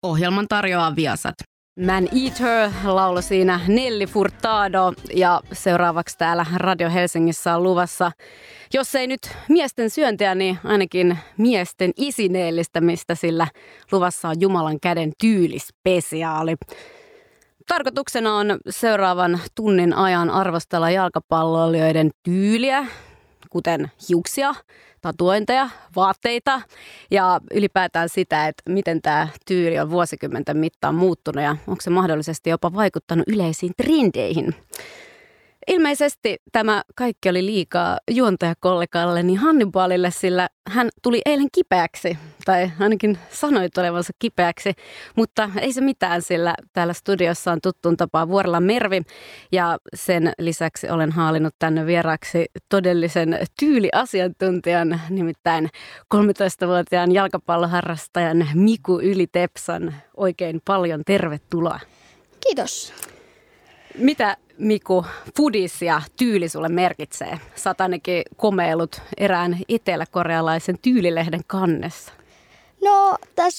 Ohjelman tarjoaa Viasat. Man Eater laulu siinä Nelly Furtado ja seuraavaksi täällä Radio Helsingissä on luvassa, jos ei nyt miesten syöntiä, niin ainakin miesten isineellistämistä, sillä luvassa on Jumalan käden tyylispesiaali. Tarkoituksena on seuraavan tunnin ajan arvostella jalkapalloilijoiden tyyliä, kuten hiuksia, tatuointeja, vaatteita ja ylipäätään sitä, että miten tämä tyyli on vuosikymmenten mittaan muuttunut ja onko se mahdollisesti jopa vaikuttanut yleisiin trendeihin. Ilmeisesti tämä kaikki oli liikaa juontajakollegalleni Hannibalille, sillä hän tuli eilen kipeäksi, tai ainakin sanoi tulevansa kipeäksi, mutta ei se mitään, sillä täällä studiossa on tuttuun tapaan Vuorela Mervi, ja sen lisäksi olen haalinut tänne vieraaksi todellisen tyyliasiantuntijan, nimittäin 13-vuotiaan jalkapalloharrastajan Miku Yli-Tepsan. Oikein paljon tervetuloa. Kiitos. Mitä, Miku, foodis ja tyyli sulle merkitsee? Sä oot ainakin komeillut erään eteläkorealaisen tyylilehden kannessa. No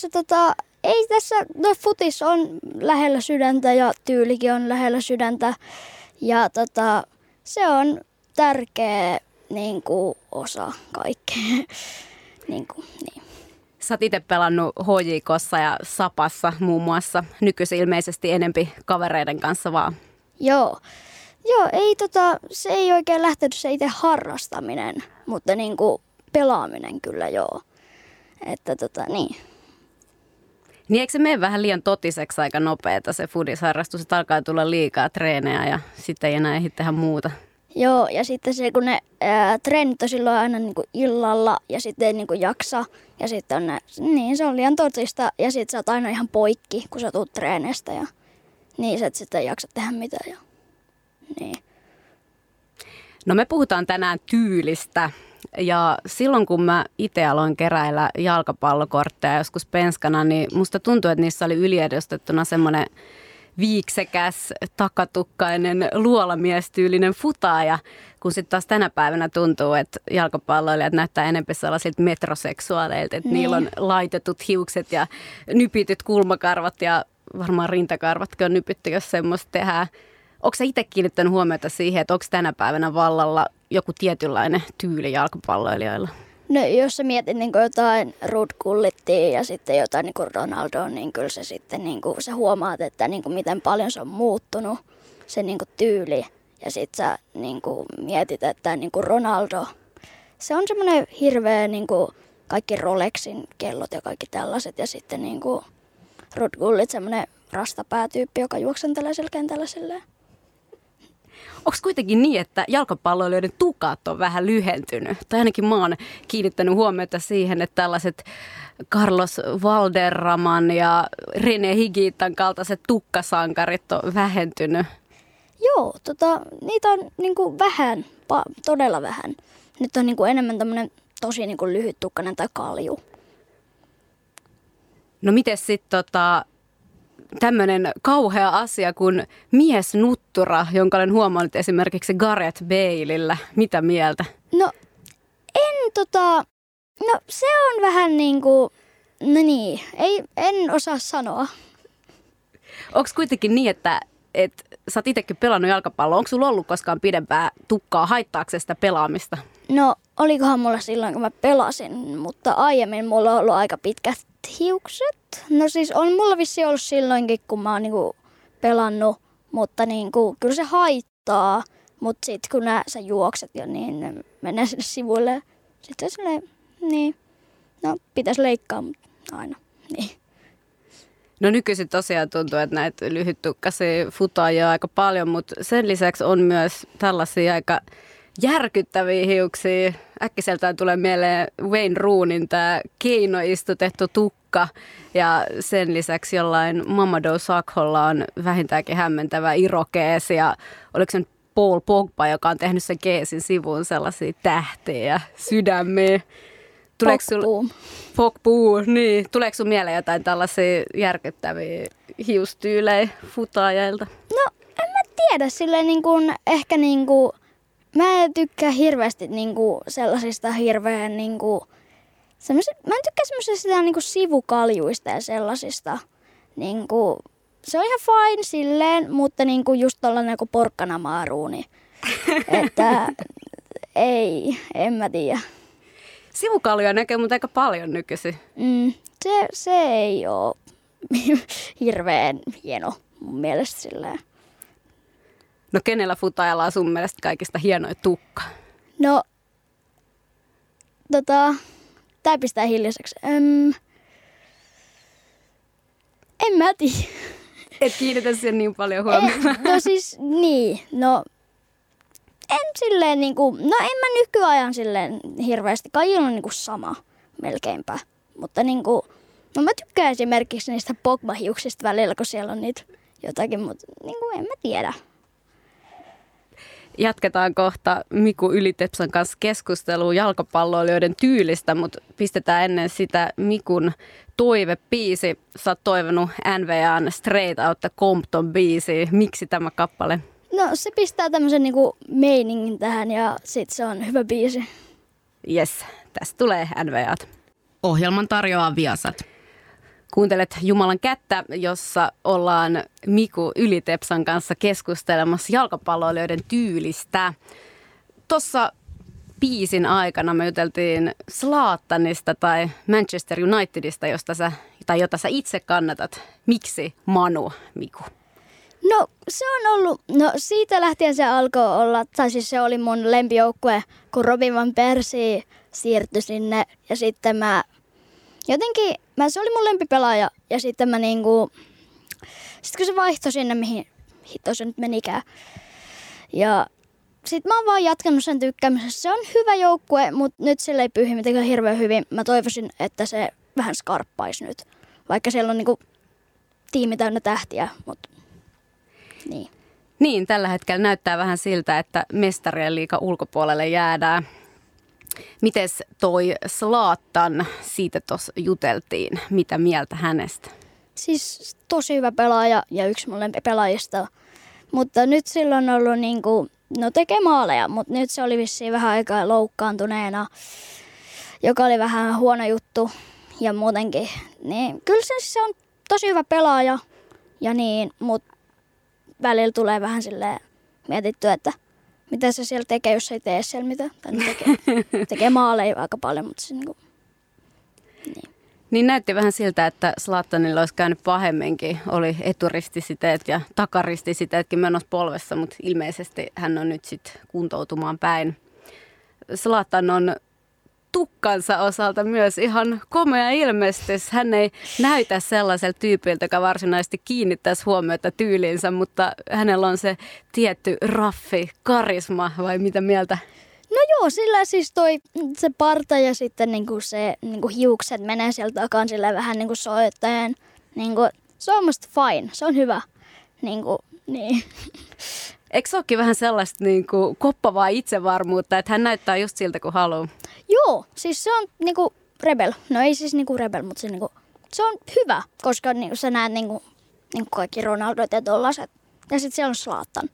futis on lähellä sydäntä ja tyylikin on lähellä sydäntä. Ja se on tärkeä osa kaikkea. niin. Sä oot itse pelannut HJK:ssa ja Sapassa muun muassa. Nykyisin ilmeisesti enempi kavereiden kanssa vaan. Joo, ei se ei oikein lähtenyt se itse harrastaminen, mutta pelaaminen kyllä joo. Että niin. Niin eikö se mene vähän liian totiseksi aika nopeeta se foodisharrastus, että alkaa tulla liikaa treenejä ja sitten ei enää ehdi tehdä muuta? Joo, ja sitten se kun ne treenit on silloin aina illalla ja sitten ei jaksa. Ja sitten on se on liian totista ja sitten sä oot aina ihan poikki, kun sä tuut treenestä ja niin sä et sitten jaksa tehdä mitään. Ja, niin. No me puhutaan tänään tyylistä ja silloin kun mä itse aloin keräillä jalkapallokortteja joskus penskana, niin musta tuntui, että niissä oli yliedustettuna semmoinen viiksekäs, takatukkainen, luolamiestyylinen futaaja, kun sitten taas tänä päivänä tuntuu, että jalkapalloilijat näyttää enemmän sellaisilta metroseksuaaleilta, että niillä on laitetut hiukset ja nypityt kulmakarvat ja varmaan rintakarvatkin on nypitty, jos semmoista tehdään. Onko sä itse kiinnittänyt huomiota siihen, että onko tänä päivänä vallalla joku tietynlainen tyyli jalkapalloilijoilla? No jos sä mietit jotain Ruud Gullittia ja sitten jotain Ronaldoa, niin kyllä se sitten sä huomaat, että miten paljon se on muuttunut, se tyyli. Ja sitten sä mietit, että Ronaldo, se on semmoinen hirveä kaikki Rolexin kellot ja kaikki tällaiset. Ja sitten Ruud Gullit, semmoinen rastapäätyyppi, joka juoksentelee siellä kentällä silleen. Onko kuitenkin niin, että jalkapalloilijoiden tukat on vähän lyhentynyt? Tai ainakin mä oon kiinnittänyt huomiota siihen, että tällaiset Carlos Valderraman ja René Higuitan kaltaiset tukkasankarit on vähentynyt. Joo, niitä on vähän, todella vähän. Nyt on enemmän tämmöinen tosi lyhyttukkainen tai kalju. No miten sitten tämmöinen kauhea asia kuin miesnuttura, jonka olen huomannut esimerkiksi Gareth Baleillä. Mitä mieltä? No se on vähän en osaa sanoa. Onko kuitenkin niin, että sä oot itsekin pelannut jalkapalloa. Onko sulla ollut koskaan pidempää tukkaa? Haittaako se sitä pelaamista? No olikohan mulla silloin, kun mä pelasin, mutta aiemmin mulla on ollut aika pitkät hiukset. No siis on mulla vissiin ollut silloinkin, kun mä oon pelannut, mutta kyllä se haittaa. Mutta sitten kun sä juokset ja niin menee sinne sivuille, sitten silleen, niin, no pitäisi leikkaa aina, niin. No nykyisin tosiaan tuntuu, että näitä lyhyttukkaisia futaajia on aika paljon, mutta sen lisäksi on myös tällaisia aika järkyttäviä hiuksia. Äkkiseltään tulee mieleen Wayne Rooneyn tämä keinoistutettu tukka ja sen lisäksi jollain Mamadou Sakholla on vähintäänkin hämmentävä irokeesi ja oliko se Paul Pogba, joka on tehnyt sen keesin sivuun sellaisia tähtiä ja sydämiä. Pogbu, niin. Tuleeko sun mieleen jotain tällaisia järkyttäviä hiustyylejä futaajilta? No en mä tiedä, silleen ehkä mä en tykkää hirveästi sellaisista hirveän mä en tykkää semmoisista sivukaljuista ja sellaisista. niinku, se on ihan fine silleen, mutta niinku just tollanen joku porkkanamaaruuni. Että ei, en mä tiedä. Sivukaljoja näkee mutta aika paljon nykyisin. Se ei oo hirveän hieno mun mielestä silleen. No kenellä futajalla on sun mielestä kaikista hienoin tukka? No, tää pistää hiljaiseksi. En mä tiedä. Et kiinnitä siihen niin paljon huomiota. No siis, niin. No, en silleen niinku, no en mä nykyajan silleen hirveästi. Kaikilla on niinku sama melkeinpä. Mutta niinku, no mä tykkään esimerkiksi niistä Pogba-hiuksista välillä, kun siellä on niitä jotakin, mutta niinku en mä tiedä. Jatketaan kohta Miku Ylitepsan kanssa keskustelua jalkapalloilijoiden tyylistä, mutta pistetään ennen sitä Mikun toivebiisi. Sä oot toivonut NVAn Straight Outta Compton-biisiä. Miksi tämä kappale? No se pistää tämmöisen niinku meiningin tähän ja sit se on hyvä biisi. Yes, tästä tulee NVAt. Ohjelman tarjoaa Viasat. Kuuntelet Jumalan kättä, jossa ollaan Miku Ylitepsan kanssa keskustelemassa jalkapalloilijoiden tyylistä. Tuossa biisin aikana me juteltiin Zlatanista tai Manchester Unitedista, jota sä itse kannatat. Miksi Manu, Miku? No se on ollut, no siitä lähtien se alkoi olla, tai siis se oli mun lempijoukkue, kun Robin van Persie siirtyi sinne ja sitten se oli mun lempipelaaja ja sitten mä niinku, sit kun se vaihtoi sinne, mihin hitto se nyt menikään. Ja sit mä oon vaan jatkanut sen tykkäämisessä. Se on hyvä joukkue, mutta nyt sille ei pyyhi mitenkään hirveän hyvin. Mä toivoisin, että se vähän skarppaisi nyt, vaikka siellä on niinku tiimi täynnä tähtiä, mutta niin. Niin, tällä hetkellä näyttää vähän siltä, että mestarien liigan ulkopuolelle jäädään. Mites toi Zlatan, siitä tuossa juteltiin, mitä mieltä hänestä? Siis tosi hyvä pelaaja ja yksi mun lempipelaajista, mutta nyt sillä on ollut niinku, no tekee maaleja, mutta nyt se oli vissiin vähän aikaa loukkaantuneena, joka oli vähän huono juttu ja muutenkin. Niin, kyllä se on tosi hyvä pelaaja ja niin, mutta välillä tulee vähän silleen mietittyä, että mitä se siellä tekee, jos ei tee siellä mitään. Tai tekee maaleja aika paljon, mutta se niin. Niin näytti vähän siltä, että Zlatanilla olisi käynyt pahemminkin. Oli eturistisiteet ja takaristisiteetkin menossa polvessa, mutta ilmeisesti hän on nyt sitten kuntoutumaan päin. Zlatan on tukkansa osalta myös ihan komea ilmestys. Hän ei näytä sellaiselta tyypiltä, joka varsinaisesti kiinnittäisi huomiota tyyliinsä, mutta hänellä on se tietty raffi, karisma, vai mitä mieltä? No joo, sillä siis se parta ja sitten niinku se niinku hiukset menee sieltä takaan sillä vähän niinku soittaen. Niinku, se on musta fine, se on hyvä. Niinku, niin. Eikö se olekin vähän sellaista niinku koppavaa itsevarmuutta, että hän näyttää just siltä kuin haluaa? Joo, siis se on niinku rebel. No ei siis niinku rebel, mutta se on hyvä, koska niinku sä näet niinku kaikki Ronaldot ja tollaset. Ja sitten siellä on Zlatan.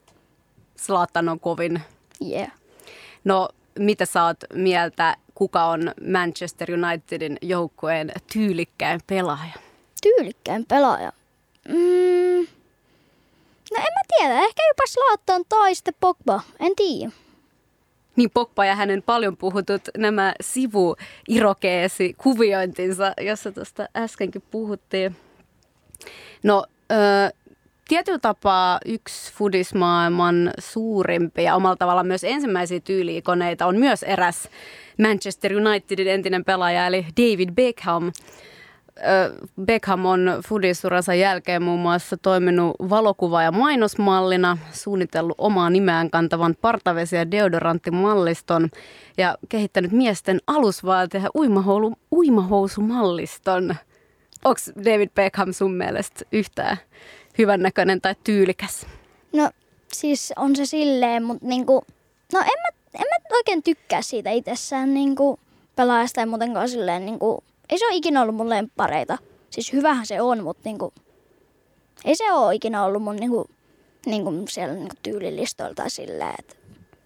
Zlatan on kovin. Yeah. No, mitä sä oot mieltä, kuka on Manchester Unitedin joukkueen tyylikkäin pelaaja? Tyylikkäin pelaaja? No en mä tiedä, ehkä jopa Zlatan tai sitten Pogba, en tiedä. Niin Pogba ja hänen paljon puhutut nämä sivu-irokeesi-kuviointinsa, jossa tuosta äskenkin puhuttiin. No, tietyllä tapaa yksi fudismaailman suurimpia ja omalla tavalla myös ensimmäisiä tyyliikoneita on myös eräs Manchester Unitedin entinen pelaaja, eli David Beckham. Beckham on fudisuransa jälkeen muun muassa toiminut valokuva- ja mainosmallina, suunnitellut omaa nimeään kantavan partavesi- ja deodoranttimalliston ja kehittänyt miesten alusvaate- ja uimahousumalliston. Onko David Beckham sun mielestä yhtään hyvännäköinen tai tyylikäs? No siis on se silleen, mutta niinku, no en mä oikein tykkää siitä itsessään niinku pelaajasta ja muutenkaan silleen niinku, ei se ole ikinä ollut mun lemppareita. Siis hyvähän se on, mutta niinku, ei se ole ikinä ollut mun niinku siellä niinku tyylilistoilla tai silleen, että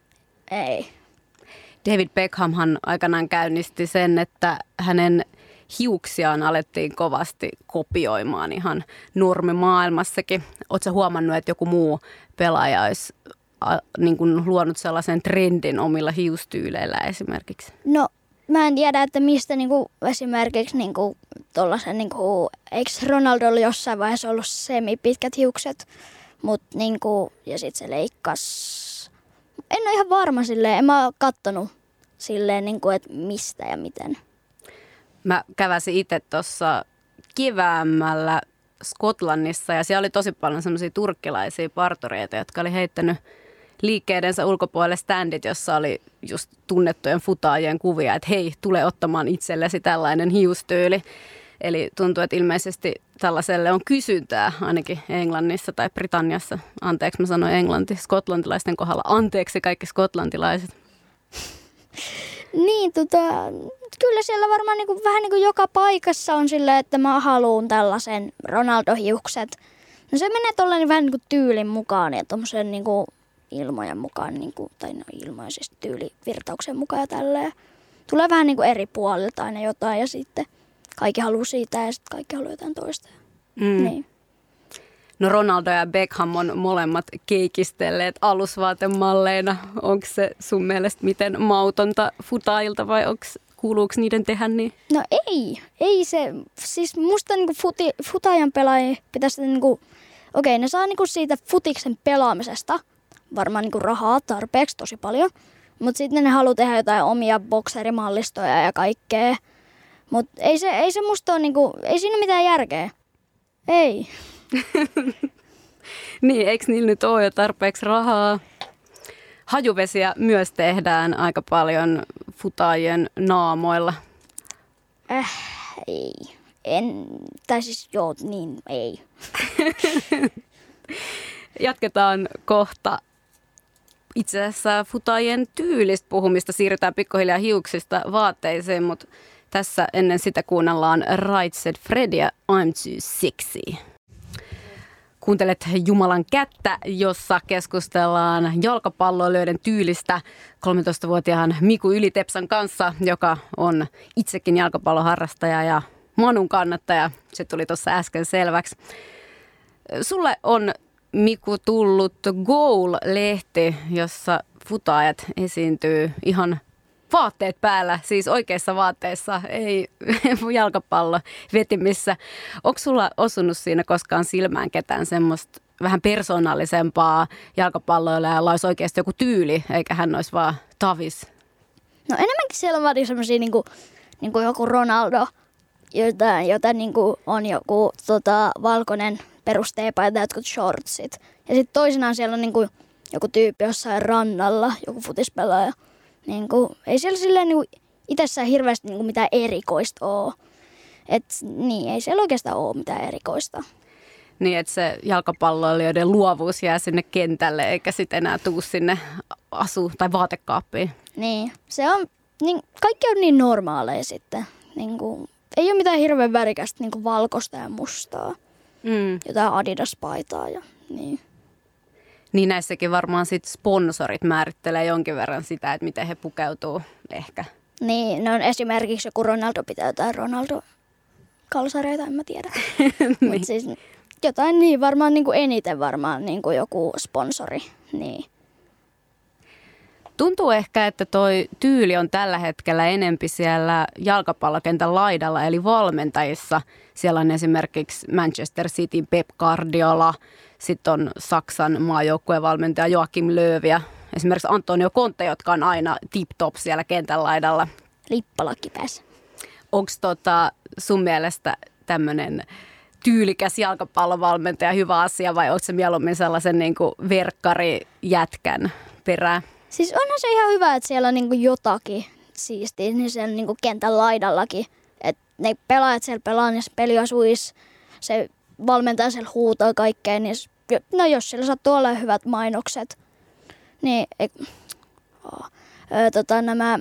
ei. David Beckhamhan aikanaan käynnisti sen, että hänen hiuksiaan alettiin kovasti kopioimaan ihan normimaailmassakin. Oletko huomannut, että joku muu pelaaja olisi niin kuin luonut sellaisen trendin omilla hiustyyleillä esimerkiksi? No, mä en tiedä, että mistä niinku, esimerkiksi niinku, tollasen, niinku, eikö Ronaldolla jossain vaiheessa ollut semipitkät hiukset, niinku, ja sitten se leikkasi. En ole ihan varma silleen, en mä ole kattonut silleen, niinku, että mistä ja miten. Mä käväsin itse tuossa keväämällä Skotlannissa ja siellä oli tosi paljon semmoisia turkkilaisia partureita, jotka oli heittänyt liikkeidensä ulkopuolelle standit, jossa oli just tunnettujen futaajien kuvia, että hei, tule ottamaan itsellesi tällainen hiustyyli. Eli tuntuu, että ilmeisesti tällaiselle on kysyntää ainakin Englannissa tai Britanniassa. Anteeksi, mä sanoin englanti skotlantilaisten kohdalla. Anteeksi kaikki skotlantilaiset. Niin, kyllä siellä varmaan niinku, vähän niin kuin joka paikassa on silleen, että mä haluun tällaisen Ronaldo-hiukset. No se menee tollainen vähän niin kuin tyylin mukaan ja tommosen niinku ilmojen mukaan, niinku, tai no ilmojen siis tyylivirtauksen mukaan ja tälleen. Tulee vähän niin kuin eri puolilta aina jotain ja sitten kaikki haluaa siitä ja sitten kaikki haluaa jotain toista. Niin. No Ronaldo ja Beckham on molemmat keikistelleet alusvaatemalleina. Onko se sun mielestä miten mautonta futailta vai kuuluuko niiden tehdä niin? No ei se. Siis musta niinku futaajan pelaajia pitäisi niinku, okei, ne saa niinku siitä futiksen pelaamisesta varmaan niinku rahaa tarpeeksi tosi paljon. Mutta sitten ne haluaa tehdä jotain omia bokserimallistoja ja kaikkea. Mutta ei se musta ole niinku, ei siinä ole mitään järkeä. Ei. Niin, eikö niillä nyt ole jo tarpeeksi rahaa? Hajuvesiä myös tehdään aika paljon futaajien naamoilla. Ei. Tai siis joo, niin ei. Jatketaan kohta itse asiassa futaajien tyylistä puhumista. Siirrytään pikkuhiljaa hiuksista vaatteisiin, mutta tässä ennen sitä kuunnellaan Right Said Fred ja I'm Too Sexy. Kuuntelet Jumalan kättä, jossa keskustellaan jalkapalloilijoiden tyylistä 13-vuotiaan Miku Ylitepsan kanssa, joka on itsekin jalkapalloharrastaja ja Manun kannattaja. Se tuli tuossa äsken selväksi. Sulle on, Miku, tullut Goal-lehti, jossa futaajat esiintyy ihan vaatteet päällä, siis oikeissa vaatteissa, ei jalkapallo vetimissä. Onko sulla osunut siinä koskaan silmään ketään semmoista vähän persoonallisempaa jalkapalloilijaa, jolla olisi oikeasti joku tyyli, eikä hän olisi vaan tavis? No enemmänkin siellä on vaan semmoisia niinku joku Ronaldo, jota niinku on joku valkoinen perusteepaita ja jotkut shortsit. Ja sitten toisinaan siellä on niinku joku tyyppi jossain rannalla, joku futispelaaja. Niinku, ei siellä silleen niinku itsessään hirveästi niinku mitään erikoista ole. Niin, ei siellä oikeastaan ole mitään erikoista. Niin, että se jalkapalloilijoiden luovuus jää sinne kentälle, eikä sitten enää tuu sinne tai vaatekaappiin. Niin, se on, niin, kaikki on niin normaaleja sitten. Niinku, ei ole mitään hirveän värikästä niinku valkoista ja mustaa. Jotain Adidas-paitaa ja niin. Niin näissäkin varmaan sit sponsorit määrittelee jonkin verran sitä, että miten he pukeutuu ehkä. Niin, no esimerkiksi joku Ronaldo pitää jotain Ronaldo-kalsareita, en mä tiedä. Niin. Mutta siis jotain niin varmaan niin kuin eniten varmaan niin kuin joku sponsori. Niin. Tuntuu ehkä, että toi tyyli on tällä hetkellä enempi siellä jalkapallokentän laidalla, eli valmentajissa. Siellä on esimerkiksi Manchester City Pep Guardiola, sitten on Saksan maajoukkuevalmentaja Joachim Löw ja esimerkiksi Antonio Conte, jotka on aina tip-top siellä kentän laidalla. Lippalakki päässä. Onko sun mielestä tämmöinen tyylikäs jalkapallovalmentaja hyvä asia vai onko se mieluummin sellaisen niin kuin verkkarijätkän perään? Siis onhan se ihan hyvä, että siellä on niin kuin jotakin siistiä niin siellä niin kuin kentän laidallakin. Että ne pelaajat siellä pelaa, niin se peli osuisi, se valmentaja siellä huutaa kaikkea. Niin no jos siellä sattuu olla hyvät mainokset, niin nämä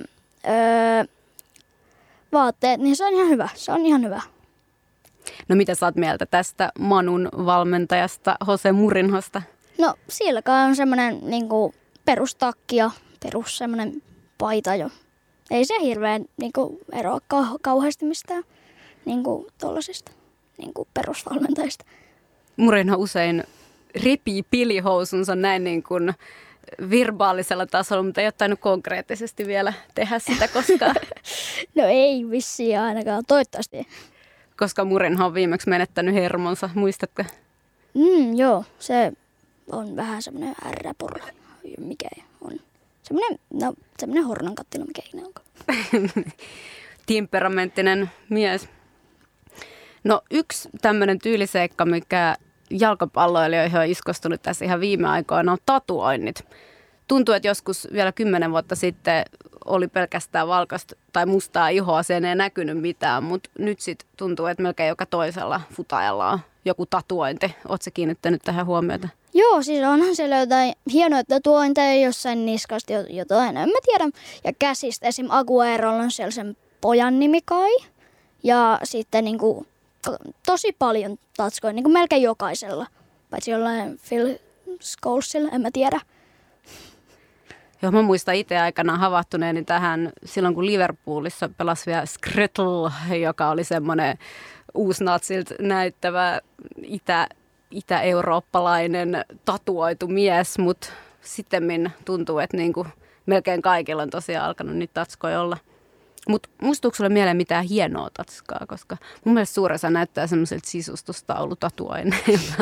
vaatteet, niin se on ihan hyvä. Se on ihan hyvä. No mitä sä oot mieltä tästä Manun valmentajasta Jose Mourinhosta? No sielläkään on semmoinen niinku perustakki ja perus semmoinen paita jo. Ei se hirveän niinku eroa kauheasti mistään. niinku tollasista niinku perusvalmentajista. Murinhan usein repii pilihousunsa näin niin kuin verbaalisella tasolla, mutta ei ole tainnut konkreettisesti vielä tehdä sitä koskaan. No ei vissiin ainakaan, toivottavasti. Koska Murinhan on viimeksi menettänyt hermonsa, muistatko? Joo, se on vähän semmoinen ärräpurra, mikä on. Semmoinen hornankattila, mikä ikinä onko. Temperamenttinen mies. No yksi tämmöinen tyyliseikka, mikä jalkapalloilijoihin on iskostunut tässä ihan viime aikoina, on tatuoinnit. Tuntuu, että joskus vielä 10 vuotta sitten oli pelkästään valkoista tai mustaa ihoa, sen ei näkynyt mitään, mutta nyt sitten tuntuu, että melkein joka toisella futajalla on joku tatuointi. Oletko kiinnittänyt tähän huomiota? Joo, siis onhan siellä jotain hienoja tatuointeja jossain niskasta jotain, en mä tiedä. Ja käsistä esim. Aguerolla on siellä sen pojan nimi Kai. Ja sitten niinku tosi paljon tatskoja, niinku melkein jokaisella. Paitsi jollain Phil Scholesilla, en mä tiedä. Joo, mä muistan itse aikanaan havahtuneeni tähän silloin, kun Liverpoolissa pelasi vielä Skretl, joka oli semmoinen uusnatsilta näyttävä itä-eurooppalainen tatuoitu mies, mutta sittemmin tuntuu, että niinku melkein kaikilla on tosiaan alkanut niitä tatskoja olla. Mutta muistuuko sulle mieleen mitään hienoa tatskaa, koska mun mielestä suurin osa näyttää semmoiselta sisustustaulutatuoinneilta.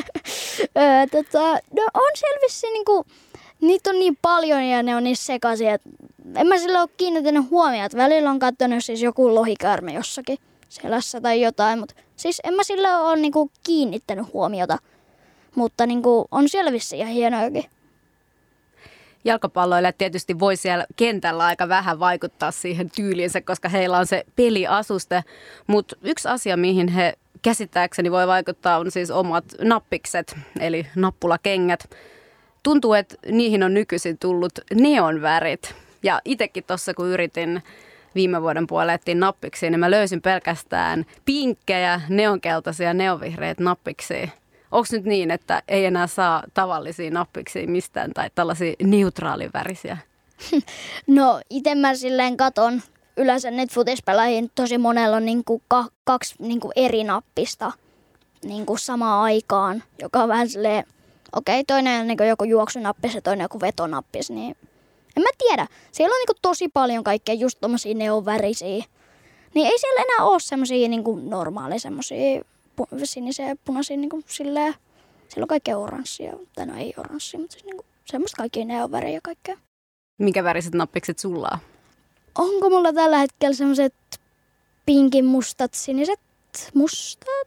No on selvissä niinku, niitä on niin paljon ja ne on niin sekaisin, että en mä sillä ole kiinnittänyt huomioon, että välillä on katsonut siis joku lohikäärme jossakin selässä tai jotain, mutta siis en mä sillä ole niinku kiinnittänyt huomiota, mutta niinku on selvissä ihan hienojakin. Jalkapalloilijat tietysti voi siellä kentällä aika vähän vaikuttaa siihen tyyliinsä, koska heillä on se peliasuste. Mutta yksi asia, mihin he käsittääkseni voi vaikuttaa, on siis omat nappikset, eli nappulakengät. Tuntuu, että niihin on nykyisin tullut neonvärit. Ja itsekin tuossa, kun yritin viime vuoden puolella etsiä nappiksia, niin mä löysin pelkästään pinkkejä, neonkeltaisia, neonvihreitä nappiksia. Onko nyt niin, että ei enää saa tavallisia nappiksia mistään tai tällaisia neutraalivärisiä? No itse mä silleen katon yleensä net futispelaajiin, tosi monella on niinku kaksi niinku eri nappista niinku samaan aikaan, joka on vähän silleen, okei, toinen on niinku joku juoksunappis ja toinen joku vetonappis, niin en mä tiedä. Siellä on niinku tosi paljon kaikkea just tommosia neonvärisiä, niin ei siellä enää ole semmosia niinku normaaleja semmosia sinisiä ja punaisia niinku silleen. Siellä on kaikkea oranssia, tai no ei oranssia, mutta siis niinku semmoista kaikkia neonvärejä kaikkea. Minkä väriset nappikset sulla on? Onko mulla tällä hetkellä semmoiset pinkin mustat, siniset, mustat?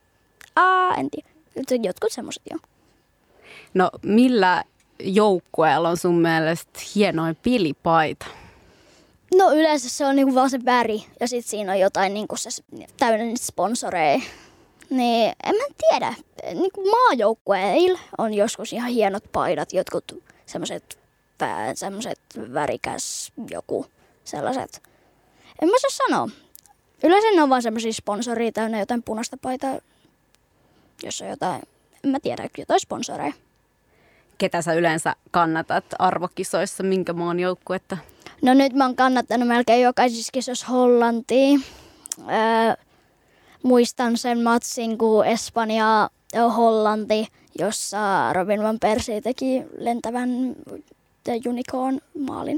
En tiedä. Jotkut semmoiset joo. No millä joukkueella on sun mielestä hienoin pelipaita? No yleensä se on niinku vaan se väri ja sit siinä on jotain niinku se täynnä niitä sponsoreja. Niin en mä tiedä. Niinku maajoukkueilla on joskus ihan hienot paidat, jotkut semmoiset värikäs joku sellaiset. En mä saa sanoa. Yleensä ne on vaan semmoisia sponsoria täynnä jotain punaista paitaa, jos on jotain, en mä tiedä, jotain sponsoreja. Ketä sä yleensä kannatat arvokisoissa, minkä maan joukkuetta? No nyt mä oon kannattanut melkein jokaisissa kisoissa Hollantia. Muistan sen matsin, kun Espanja ja Hollanti, jossa Robin van Persie teki lentävän unicorn maalin.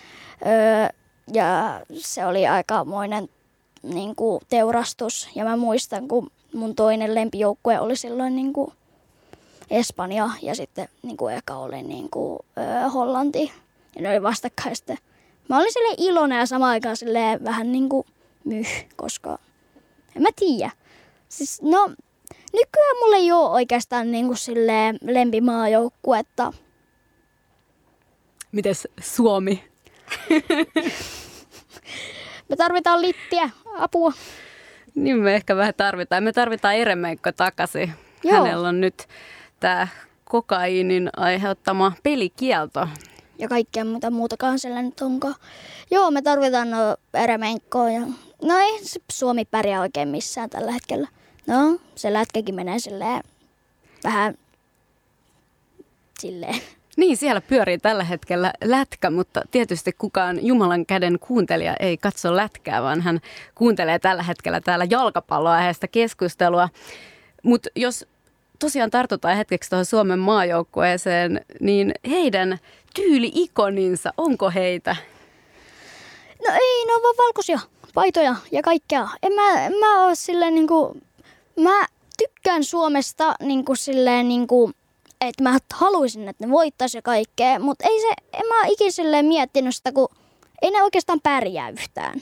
Ja se oli aikamoinen niin kuin teurastus. Ja mä muistan, kun mun toinen lempijoukkue oli silloin niin kuin Espanja ja sitten niin kuin eka oli niin kuin, Hollanti. Ja ne oli vastakkain sitten. Mä olin silleen iloinen ja samaan aikaan silleen vähän niin kuin koska en mä tiedä. Siis no, nykyään mulla ei ole oikeastaan niin kuin silleen lempimaajoukkuetta. Mites Suomi? Me tarvitaan littiä, apua. Niin me ehkä vähän tarvitaan. Me tarvitaan Eremeikko takaisin. Joo. Hänellä on nyt tämä kokaiinin aiheuttama pelikielto. Ja kaikkea muutakaan sillä nyt onkaan. Joo, me tarvitaan Eremeikkoa. No ei Suomi pärjää oikein missään tällä hetkellä. No, se lätkäkin menee silleen vähän silleen. Niin, siellä pyörii tällä hetkellä lätkä, mutta tietysti kukaan Jumalan käden kuuntelija ei katso lätkää, vaan hän kuuntelee tällä hetkellä täällä jalkapalloaiheesta keskustelua. Mutta jos tosiaan tartutaan hetkeksi tuohon Suomen maajoukkueeseen, niin heidän tyyli-ikoninsa, onko heitä? No ei, ne on vaan valkoisia paitoja ja kaikkea. En mä oo silleen niinku, mä tykkään Suomesta niinku silleen niinku, että mä haluaisin, että ne voittaisi ja kaikkea, mutta en mä ikinä silleen miettinyt sitä, kun ei ne oikeastaan pärjää yhtään.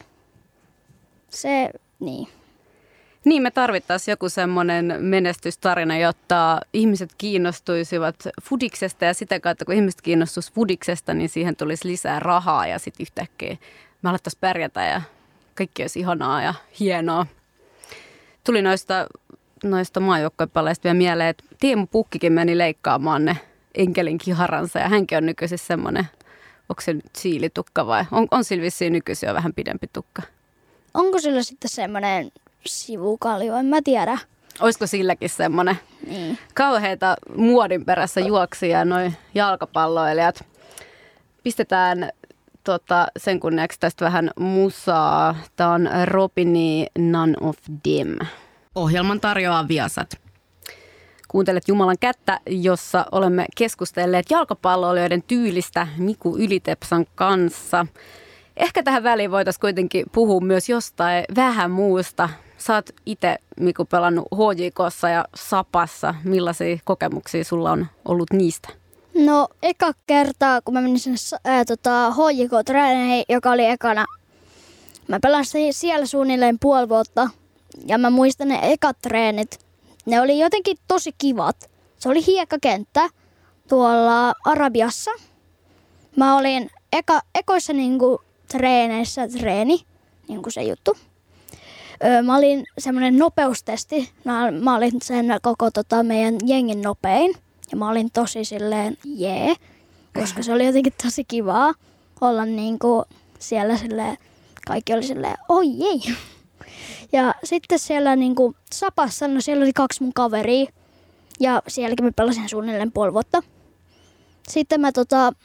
Niin. Niin, me tarvittaisiin joku semmoinen menestystarina, jotta ihmiset kiinnostuisivat fudiksesta ja sitä kautta, kun ihmiset kiinnostuisivat fudiksesta, niin siihen tulisi lisää rahaa ja sitten yhtäkkiä me alettaisiin pärjätä ja kaikki olisi ihanaa ja hienoa. Tuli noista maajoukkuepaleista vielä mieleen, että Teemu Pukkikin meni leikkaamaan ne enkelin kiharansa ja hänkin on nykyisin semmoinen, onko se nyt siilitukka vai on sillä vissiin nykyisin jo vähän pidempi tukka? Onko sillä sitten semmoinen sivukaljo, en mä tiedä. Olisiko silläkin semmoinen? Niin. Kauheita muodin perässä juoksija noi jalkapalloilijat. Pistetään sen kunniaksi tästä vähän musaa. Tämä on Robini None of Them. Ohjelman tarjoaa Viasat. Kuuntelet Jumalan kättä, jossa olemme keskustelleet jalkapalloilijoiden tyylistä Miku Ylitepsan kanssa. Ehkä tähän väliin voitaisiin kuitenkin puhua myös jostain vähän muusta. Sä oot itse, Miku, pelannut HJK:ssa ja Sapassa. Millaisia kokemuksia sulla on ollut niistä? No, eka kertaa, kun mä menin sinne HJK-treeneihin, joka oli ekana. Mä pelasin siellä suunnilleen puoli vuotta. Ja mä muistan ne ekat treenit. Ne oli jotenkin tosi kivat. Se oli hiekkakenttä tuolla Arabiassa. Mä olin ekoissa niinku treeneissä niinku se juttu. Mä olin semmoinen nopeustesti. Mä olin sen koko meidän jengin nopein. Ja mä olin tosi silleen koska se oli jotenkin tosi kivaa olla niinku siellä silleen, kaikki oli silleen, jei. Ja sitten siellä niinku Sapassa, no siellä oli 2 mun kaveria. Ja sielläkin mä pelasin suunnilleen puoli vuotta. Sitten mä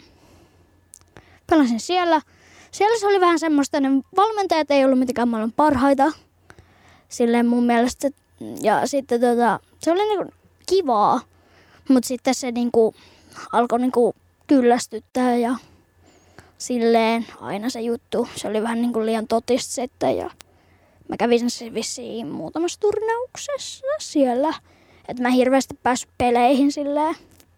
pelasin siellä. Siellä se oli vähän semmoista, ne valmentajat ei ollut mitenkään maailman parhaita. Silleen mun mielestä. Ja sitten se oli niinku kivaa. Mutta sitten se niinku alkoi niinku kyllästyttää ja silleen aina se juttu. Se oli vähän niinku liian totista sitten ja mä kävin se vissiin muutamassa turnauksessa siellä. Että mä hirveästi päässyt peleihin silleen.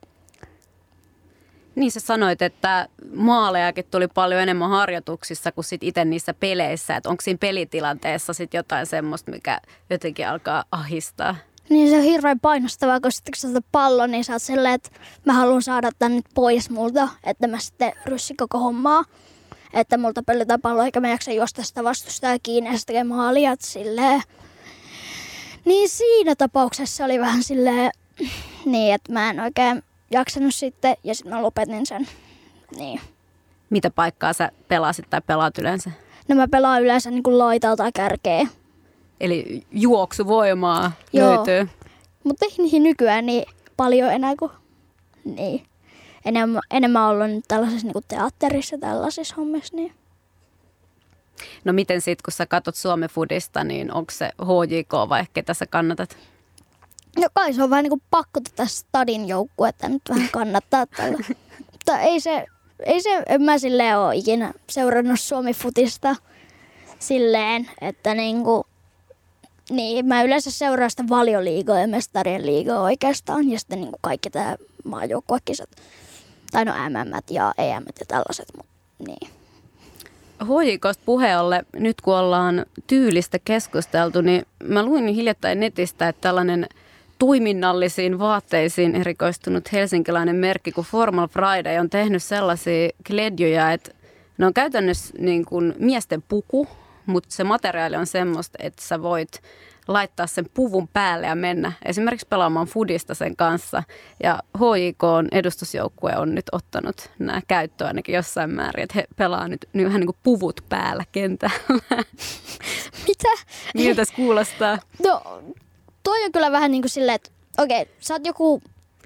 Niin sä sanoit, että maalejakin tuli paljon enemmän harjoituksissa kuin sit itse niissä peleissä. Että onko siinä pelitilanteessa sit jotain semmoista, mikä jotenkin alkaa ahistaa? Niin se on hirveän painostavaa, kun sitten kun sä pallon, niin sä oot silleen, että mä haluan saada tän nyt pois multa, että mä sitten ryssin koko hommaa. Että multa pöllitään pallo, eikä mä jaksa juosta sitä vastustaa kiinni ja sitten tekee maalia, silleen. Niin siinä tapauksessa oli vähän silleen, niin että mä en oikein jaksanut sitten ja sitten mä lopetin sen. Niin. Mitä paikkaa sä pelasit tai pelaat yleensä? No mä pelaan yleensä niin kuin laitaa tai kärkeä. Eli juoksuvoimaa löytyy. Mutta ei niihin nykyään niin paljon enää kuin niin. Enemmän ollut nyt tällaisessa niin kuin teatterissa tällaisissa hommissa. Niin. No miten sitten, kun sä katsot Suomen Foodista, niin onko se HJK vai ketä sä kannatat? No kai se on vähän niin kuin pakko tätä stadin joukkuetta nyt vähän kannattaa tällä. Mutta ei se, en mä silleen ole ikinä seurannut Suomen Foodista silleen, että niinku, niin mä yleensä seuraan sitä Valioliigaa ja Mestarien liigaa oikeastaan ja sitten niinku kaikki tää maajoukkuekisat. Tai no MM ja EM ja tällaiset, mutta niin. HJK:sta puheen ollen, nyt kun ollaan tyylistä keskusteltu, niin mä luin hiljattain netistä, että tällainen toiminnallisiin vaatteisiin erikoistunut helsinkiläinen merkki kuin Formal Friday on tehnyt sellaisia kledjoja, että ne on käytännössä niin kuin miesten puku, mutta se materiaali on semmoista, että sä voit laittaa sen puvun päälle ja mennä esimerkiksi pelaamaan foodista sen kanssa. Ja HJK:n edustusjoukkue on nyt ottanut nämä käyttöön ainakin jossain määrin, että he pelaa nyt vähän niin kuin puvut päällä kentällä. Mitä? Miltä se kuulostaa? No, toi on kyllä vähän niin kuin silleen, että okei, sä oot joku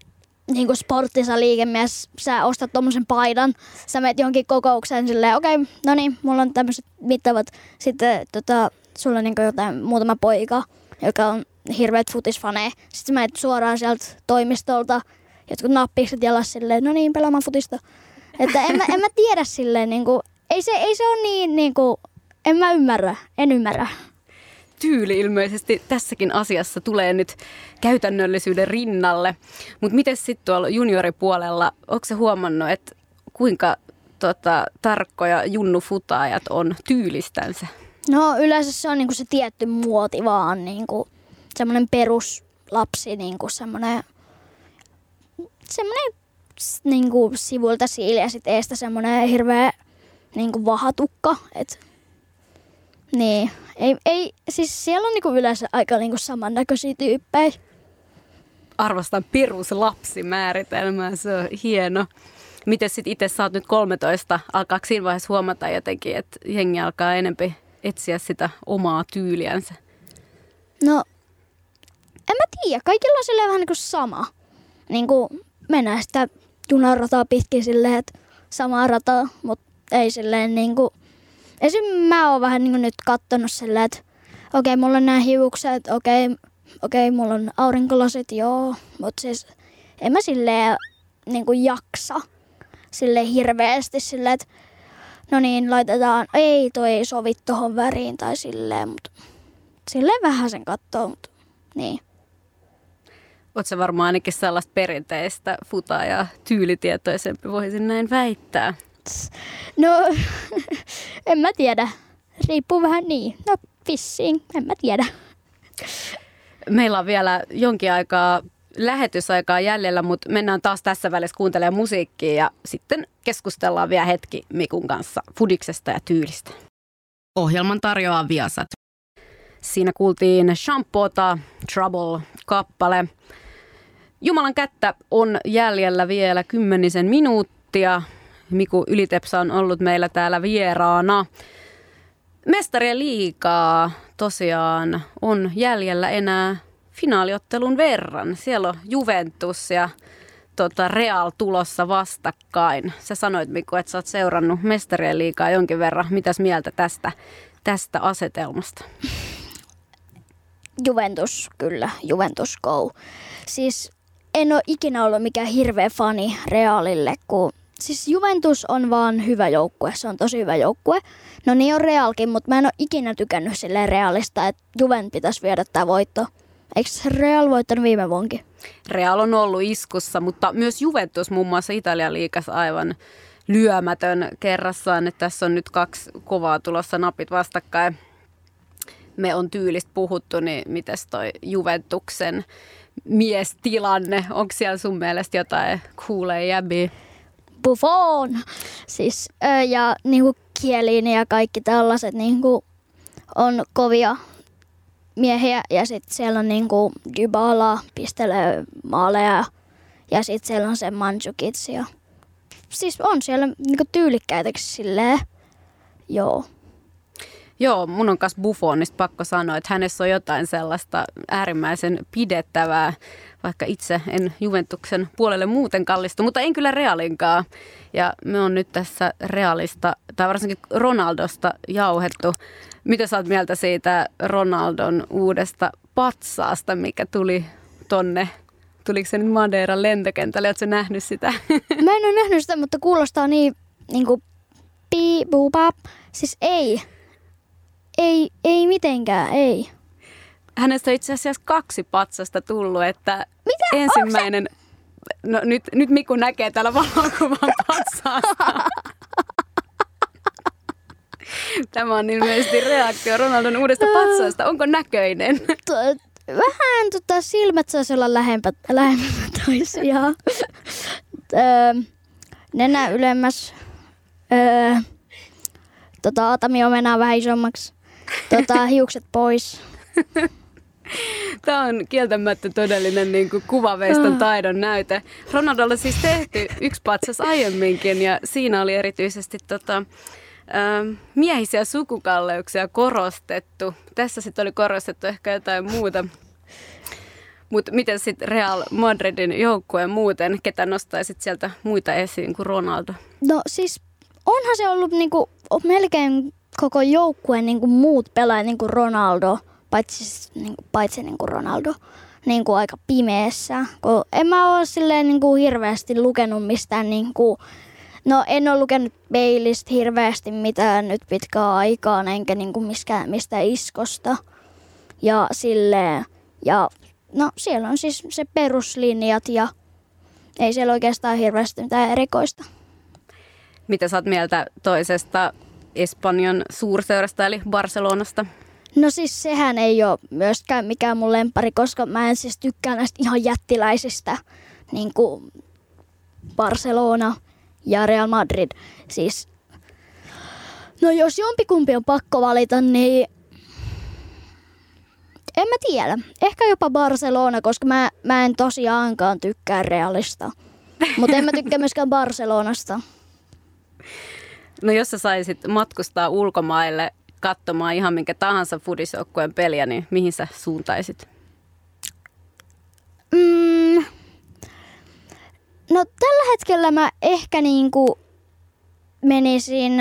niinku sporttisaliikemies, sä ostat tommosen paidan, sä menet johonkin kokoukseen silleen, okei, no niin, mulla on tämmöiset mittavat, sitten sulla on niinku jotain muutama poika, joka on hirveät futisfaneja, sitten sä menet suoraan sieltä toimistolta, jotkut nappikset jalas silleen, no niin, pelaamaan futista. Että en mä tiedä silleen, niinku, ei se ole niin, niinku, en ymmärrä. Tyyli ilmeisesti tässäkin asiassa tulee nyt käytännöllisyyden rinnalle. Mutta miten sitten tuolla junioripuolella, onko se huomannut, että kuinka tarkkoja junnufutaajat on tyylistänsä? No yleensä se on niinku se tietty muoti vaan, niinku, semmoinen peruslapsi, niinku semmoinen niinku sivulta siili ja sitten eestä semmoinen hirveä niinku vahatukka, et niin, ei, siis siellä on niinku yleensä aika niinku samannäköisiä tyyppejä. Arvostan peruslapsimääritelmää, se on hieno. Miten sitten itse sä oot nyt 13, alkaako siinä vaiheessa huomata jotenkin, että jengi alkaa enempi etsiä sitä omaa tyyliänsä? No, en mä tiedä, kaikilla on silleen vähän niinku sama. Niinku mennään sitä junarataa pitkin silleen, että samaa rataa, mutta ei silleen niinku. Esim. Mä oon vähän niin nyt kattonut silleen, että okei, mulla on nämä hiukset, okei, mulla on aurinkolasit, joo. Mutta siis en mä silleen niin jaksa silleen hirveästi silleen, että no niin, laitetaan, ei toi ei sovi tohon väriin tai silleen, mutta silleen vähän sen kattoo, mutta niin. Oot sä varmaan ainakin sellaista perinteistä futaa ja tyylitietoisempi, voisin näin väittää. No, en mä tiedä. Riippuu vähän niin. No, vissiin. En mä tiedä. Meillä on vielä jonkin aikaa lähetysaikaa jäljellä, mutta mennään taas tässä välissä kuuntelemaan musiikkia ja sitten keskustellaan vielä hetki Mikun kanssa fudiksesta ja tyylistä. Ohjelman tarjoaa Viasat. Siinä kuultiin Shampoota, Trouble-kappale. Jumalan kättä on jäljellä vielä 10 minuuttia. Miku Ylitepsa on ollut meillä täällä vieraana. Mestarien liigaa tosiaan on jäljellä enää finaaliottelun verran. Siellä on Juventus ja Real tulossa vastakkain. Sä sanoit, Miku, että sä oot seurannut Mestarien liigaa jonkin verran. Mitäs mieltä tästä asetelmasta? Juventus, kyllä. Juventus go. Siis en ole ikinä ollut mikään hirveä fani Realille, kun siis Juventus on vaan hyvä joukkue, se on tosi hyvä joukkue. No niin on Realkin, mutta mä en ole ikinä tykännyt silleen Realista, että Juven pitäisi viedä tää voitto. Eikö Real voittanut viime vuonkin? Real on ollut iskussa, mutta myös Juventus muun muassa Italian liigassa aivan lyömätön kerrassaan. Että tässä on nyt 2 kovaa tulossa napit vastakkain. Me on tyylistä puhuttu, niin mites toi Juventuksen miestilanne? Onko siellä sun mielestä jotain cooleja jäbiä? Buffon. Siis, ja niinku Chiellini ja kaikki tällaiset niinku on kovia miehiä. Ja sitten siellä on niinku Dybala pistelee maaleja. Ja sitten siellä on se Mandzukic. Ja siis on siellä niinku tyylikkäitäkin silleen. Joo. Joo, mun on kanssa Buffonista pakko sanoa, että hänessä on jotain sellaista äärimmäisen pidettävää, vaikka itse en Juventuksen puolelle muuten kallistu, mutta en kyllä Realinkaan. Ja me on nyt tässä Realista, tai varsinkin Ronaldosta jauhettu. Mitä sä oot mieltä siitä Ronaldon uudesta patsaasta, mikä tuli tonne? Tuliko se nyt Madeiran lentokentälle? Ootko sä nähnyt sitä? Mä en ole nähnyt sitä, mutta kuulostaa niinku piipuupap. Siis ei mitenkään, ei. Hänestä on itse asiassa 2 patsasta tullut, että mitä? Ensimmäinen, no nyt Miku näkee täällä valokuvan patsaasta. Tämä on ilmeisesti reaktio Ronaldon uudesta patsaasta. Onko näköinen? Vähän silmät saisi olla lähempää toisiaan. Nenä ylemmäs. Atamiomena vähän isommaksi. Hiukset pois. Tämä on kieltämättä todellinen niin kuin kuvaveiston taidon näyte. Ronaldolla siis tehty 1 patsas aiemminkin ja siinä oli erityisesti miehisiä sukukalleuksia korostettu. Tässä sitten oli korostettu ehkä jotain muuta. Mutta miten sitten Real Madridin joukkueen muuten, ketä nostaisit sieltä muita esiin kuin Ronaldo? No siis onhan se ollut niinku melkein koko joukkueen niinku muut pelaajat niinku Ronaldo, paitsi niinku Ronaldo, niinku aika pimeässä. Kun en mä ole silleen niinku hirveästi lukenut mistään niinku, no en ole lukenut Baleista hirveästi mitään nyt pitkään aikaan, enkä niinku mistään Iskosta. Ja silleen, ja no siellä on siis se peruslinjat ja ei siellä oikeastaan hirveästi mitään erikoista. Mitä sä oot mieltä toisesta Espanjan suurseurasta eli Barcelonasta? No siis sehän ei ole myöskään mikään mun lemppari, koska mä en siis tykkää näistä ihan jättiläisistä, niin kuin Barcelona ja Real Madrid. Siis, no jos jompikumpi on pakko valita, niin en mä tiedä. Ehkä jopa Barcelona, koska mä en tosiaankaan tykkää Realista. Mutta en mä tykkää myöskään Barcelonasta. No jos sä saisit matkustaa ulkomaille katsomaan ihan minkä tahansa fudisjoukkueen peliä, niin mihin sä suuntaisit? No tällä hetkellä mä ehkä niinku menisin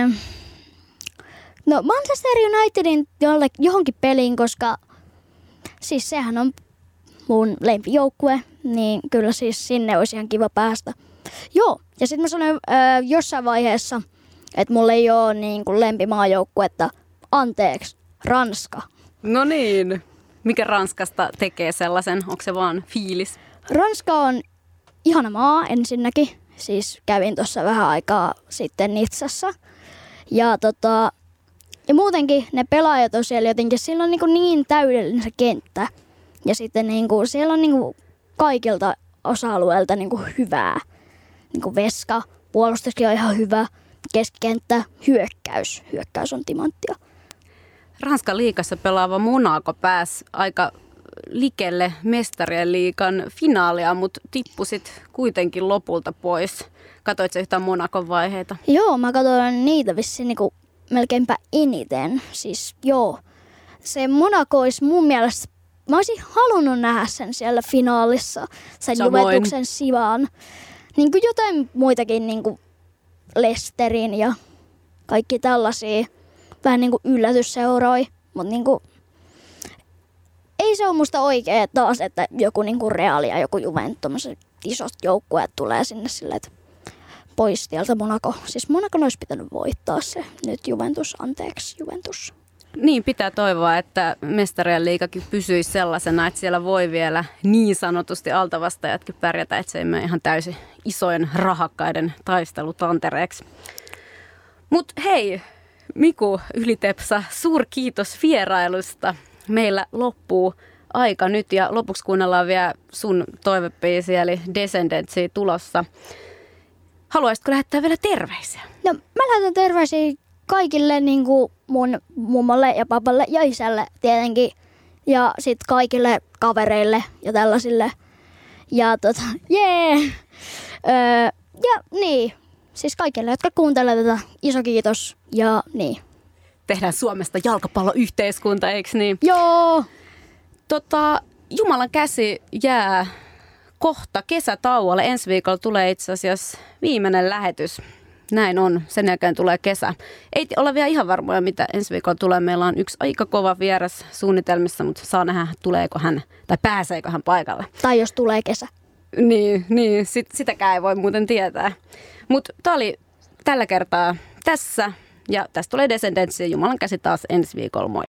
Manchester Unitedin johonkin peliin, koska siis sehän on mun lempijoukkue, niin kyllä siis sinne olisi ihan kiva päästä. Joo, ja sitten mä sanoin jossain vaiheessa, että mulla ei ole niinku lempimaajoukkuetta. Anteeksi, Ranska. No niin. Mikä Ranskasta tekee sellaisen? Onko se vaan fiilis? Ranska on ihana maa ensinnäkin. Siis kävin tuossa vähän aikaa sitten Nitsassa. Ja muutenkin ne pelaajat on siellä jotenkin, siellä on niin täydellinen se kenttä. Ja sitten siellä on kaikilta osa-alueilta hyvää. Veska, puolustuskin on ihan hyvä. Keskikenttä, hyökkäys. Hyökkäys on timanttia. Ranskan liigassa pelaava Monaco pääsi aika likelle mestarien liigan finaalia, mutta tippusit kuitenkin lopulta pois. Katoitko yhtään Monacon vaiheita? Joo, mä katsoin niitä vissiin melkeinpä eniten. Siis joo, se Monaco olisi mun mielestä, mä olisin halunnut nähdä sen siellä finaalissa, sen Juventuksen sijaan. Jotain muitakin Leicesterin ja kaikki tällaisia vähän yllätysseuroja, mutta ei se ole musta oikein taas, että joku Real ja joku Juventus, isot joukkueet tulee sinne silleen, että pois tieltä Monaco. Siis Monaco olisi pitänyt voittaa se nyt Juventus. Niin, pitää toivoa, että mestarien liigakin pysyisi sellaisena, että siellä voi vielä niin sanotusti altavastajatkin pärjätä, että se ei mene ihan täysin isojen rahakkaiden taistelutantereeksi. Mut hei, Miku Ylitepsa, suurkiitos vierailusta. Meillä loppuu aika nyt ja lopuksi kuunnellaan vielä sun toivebiisiä eli Descendantsia tulossa. Haluaisitko lähettää vielä terveisiä? No mä lähetän terveisiä kaikille mun mummolle ja papalle ja isälle tietenkin. Ja sitten kaikille kavereille ja tällaisille. Ja ja niin, siis kaikille, jotka kuuntelee tätä, iso kiitos ja niin. Tehdään Suomesta jalkapalloyhteiskunta, eikö niin? Joo. Jumalan käsi jää kohta kesätauolle. Ensi viikolla tulee itse asiassa viimeinen lähetys. Näin on. Sen jälkeen tulee kesä. Ei olla vielä ihan varmoja, mitä ensi viikolla tulee. Meillä on yksi aika kova vieras suunnitelmissa, mutta saa nähdä, tuleeko hän tai pääseekö hän paikalle. Tai jos tulee kesä. Niin sitäkään ei voi muuten tietää. Mutta tämä oli tällä kertaa tässä. Ja tästä tulee Descendants ja Jumalan käsi taas ensi viikolla. Moi!